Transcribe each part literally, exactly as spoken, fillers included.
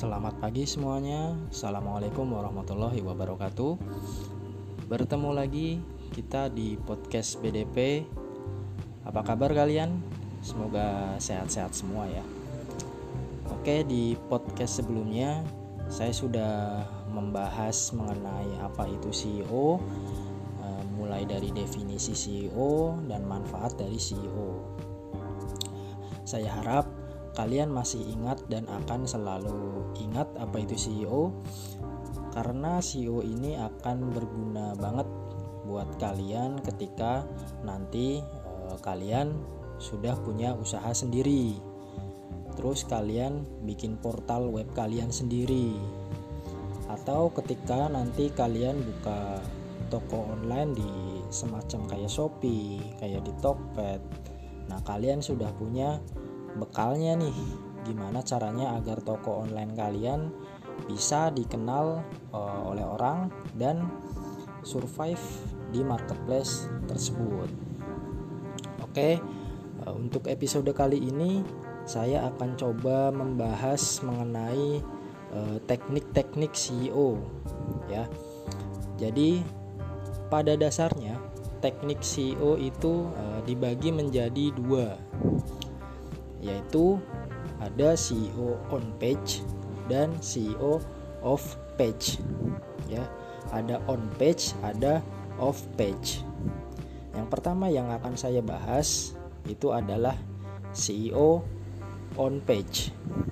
Selamat pagi semuanya. Assalamualaikum warahmatullahi wabarakatuh. Bertemu lagi kita di podcast B D P. Apa kabar kalian? Semoga sehat-sehat semua ya. Oke, di podcast sebelumnya saya sudah membahas mengenai apa itu C E O, mulai dari definisi C E O dan manfaat dari C E O. Saya harap kalian masih ingat dan akan selalu ingat apa itu C E O, karena C E O ini akan berguna banget buat kalian ketika nanti e, kalian sudah punya usaha sendiri, terus kalian bikin portal web kalian sendiri, atau ketika nanti kalian buka toko online di semacam kayak Shopee, kayak di Tokped. Nah, kalian sudah punya bekalnya nih, gimana caranya agar toko online kalian bisa dikenal uh, oleh orang dan survive di marketplace tersebut. Oke, uh, untuk episode kali ini saya akan coba membahas mengenai uh, teknik-teknik C E O ya. Jadi pada dasarnya teknik C E O itu uh, dibagi menjadi dua, yaitu ada C E O on page dan C E O off page ya. Ada on page, ada off page. Yang pertama yang akan saya bahas itu adalah C E O on page.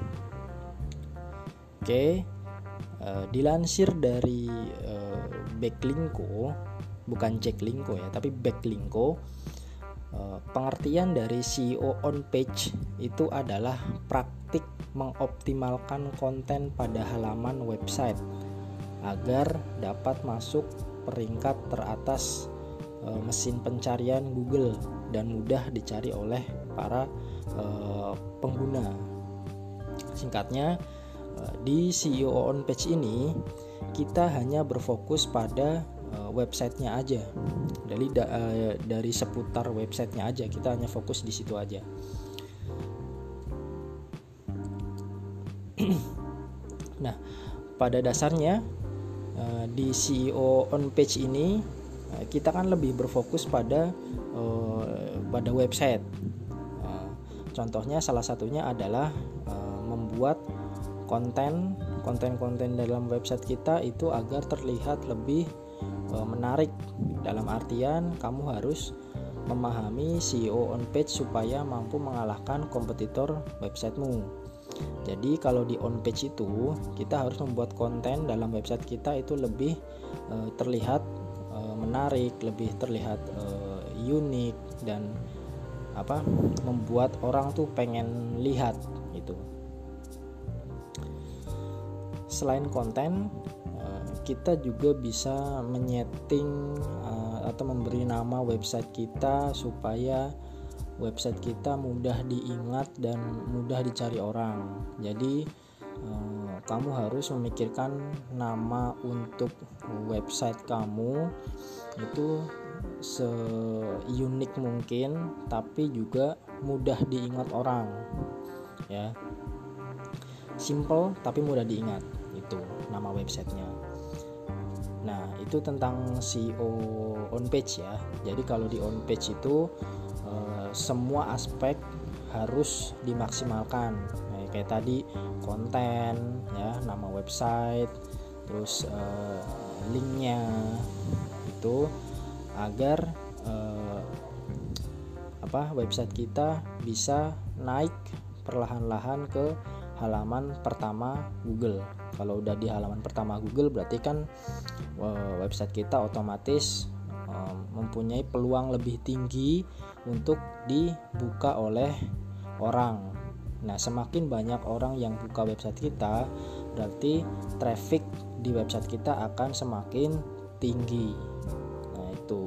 Oke, uh, dilansir dari uh, Backlinko, bukan Jacklinko ya, tapi Backlinko. Pengertian dari C E O on page itu adalah praktik mengoptimalkan konten pada halaman website agar dapat masuk peringkat teratas e, mesin pencarian Google dan mudah dicari oleh para e, pengguna. Singkatnya, e, di C E O on page ini kita hanya berfokus pada websitenya aja, dari da, uh, dari seputar websitenya aja, kita hanya fokus di situ aja. Nah, pada dasarnya uh, di C E O on page ini uh, kita kan lebih berfokus pada uh, pada website. Uh, contohnya salah satunya adalah uh, membuat konten konten-konten dalam website kita itu agar terlihat lebih menarik. Dalam artian kamu harus memahami C E O on page supaya mampu mengalahkan kompetitor websitemu. Jadi kalau di on page itu kita harus membuat konten dalam website kita itu lebih e, terlihat e, menarik, lebih terlihat e, unik dan apa membuat orang tuh pengen lihat gitu. Selain konten, kita juga bisa menyeting uh, atau memberi nama website kita supaya website kita mudah diingat dan mudah dicari orang. Jadi uh, kamu harus memikirkan nama untuk website kamu itu se-unik mungkin, tapi juga mudah diingat orang ya. Simple tapi mudah diingat, itu nama websitenya. Nah, itu tentang C E O on page ya. Jadi kalau di on page itu e, semua aspek harus dimaksimalkan. Nah, kayak tadi konten ya, nama website, terus e, linknya itu agar e, apa website kita bisa naik perlahan-lahan ke halaman pertama Google. Kalau udah di halaman pertama Google berarti kan website kita otomatis um, mempunyai peluang lebih tinggi untuk dibuka oleh orang. Nah, semakin banyak orang yang buka website kita, berarti traffic di website kita akan semakin tinggi. Nah, itu.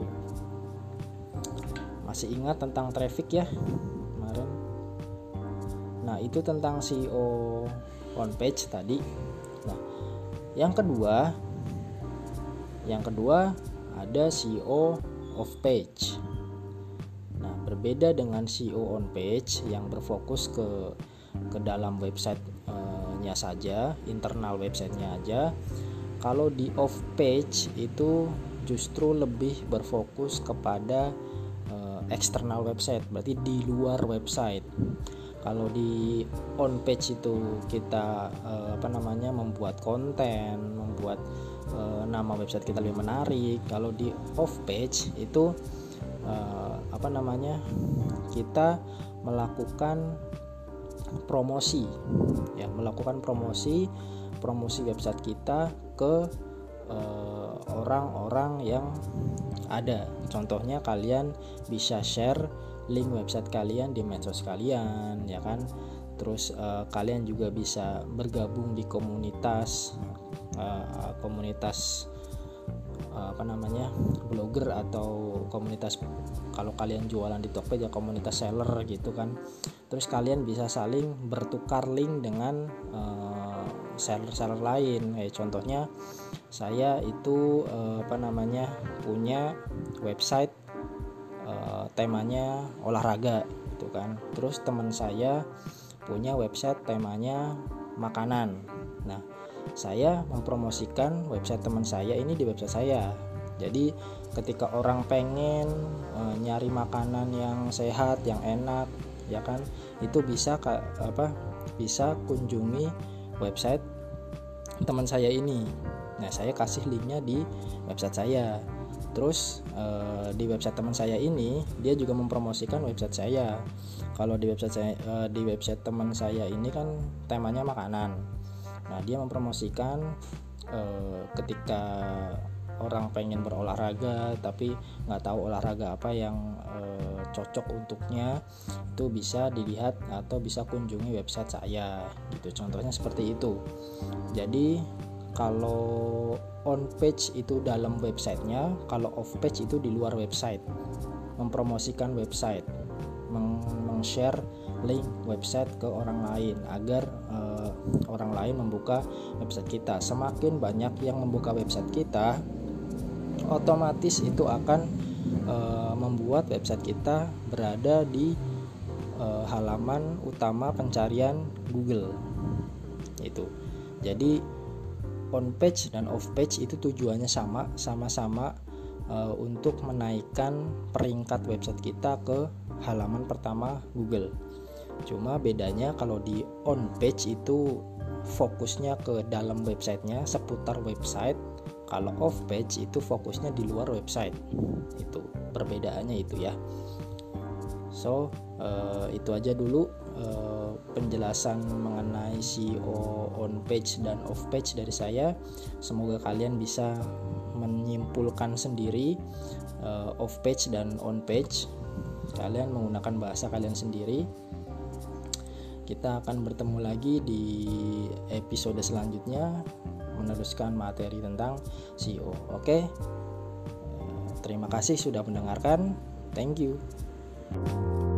Masih ingat tentang traffic ya kemarin? Nah, itu tentang C E O on page tadi. Nah, yang kedua, yang kedua ada C E O off page. Nah, berbeda dengan C E O on page yang berfokus ke ke dalam website websitenya saja, internal websitenya aja. Kalau di off page itu justru lebih berfokus kepada uh, eksternal website, berarti di luar website. Kalau di on page itu kita uh, apa namanya membuat konten, membuat uh, nama website kita lebih menarik. Kalau di off page itu uh, apa namanya kita melakukan promosi, ya melakukan promosi promosi website kita ke uh, orang-orang yang ada. Contohnya kalian bisa share link website kalian di medsos kalian, ya kan. Terus uh, kalian juga bisa bergabung di komunitas uh, komunitas uh, apa namanya blogger atau komunitas, kalau kalian jualan di Tokped ya komunitas seller gitu kan. Terus kalian bisa saling bertukar link dengan uh, seller-seller lain. Kayak contohnya saya itu uh, apa namanya punya website Uh, temanya olahraga gitu kan. Terus teman saya punya website temanya makanan. Nah, saya mempromosikan website teman saya ini di website saya. Jadi ketika orang pengen uh, nyari makanan yang sehat, yang enak, ya kan, itu bisa apa? Bisa kunjungi website teman saya ini. Nah, saya kasih linknya di website saya. Terus uh, di website teman saya ini dia juga mempromosikan website saya. Kalau di website saya, uh, di website teman saya ini kan temanya makanan. Nah, dia mempromosikan uh, ketika orang pengen berolahraga tapi nggak tahu olahraga apa yang uh, cocok untuknya, itu bisa dilihat atau bisa kunjungi website saya gitu. Contohnya seperti itu. Jadi kalau on page itu dalam websitenya, kalau off page itu di luar website, mempromosikan website, meng-share link website ke orang lain agar uh, orang lain membuka website kita. Semakin banyak yang membuka website kita, otomatis itu akan uh, membuat website kita berada di uh, halaman utama pencarian Google. Itu. Jadi on page dan off page itu tujuannya sama, sama-sama uh, untuk menaikkan peringkat website kita ke halaman pertama Google. Cuma bedanya kalau di on page itu fokusnya ke dalam websitenya, seputar website. Kalau off page itu fokusnya di luar website. Itu perbedaannya itu ya. So uh, itu aja dulu uh, penjelasan mengenai S E O on page dan off page dari saya. Semoga kalian bisa menyimpulkan sendiri uh, off page dan on page. Kalian menggunakan bahasa kalian sendiri. Kita akan bertemu lagi di episode selanjutnya meneruskan materi tentang S E O. Oke. Uh, terima kasih sudah mendengarkan. Thank you. Thank you.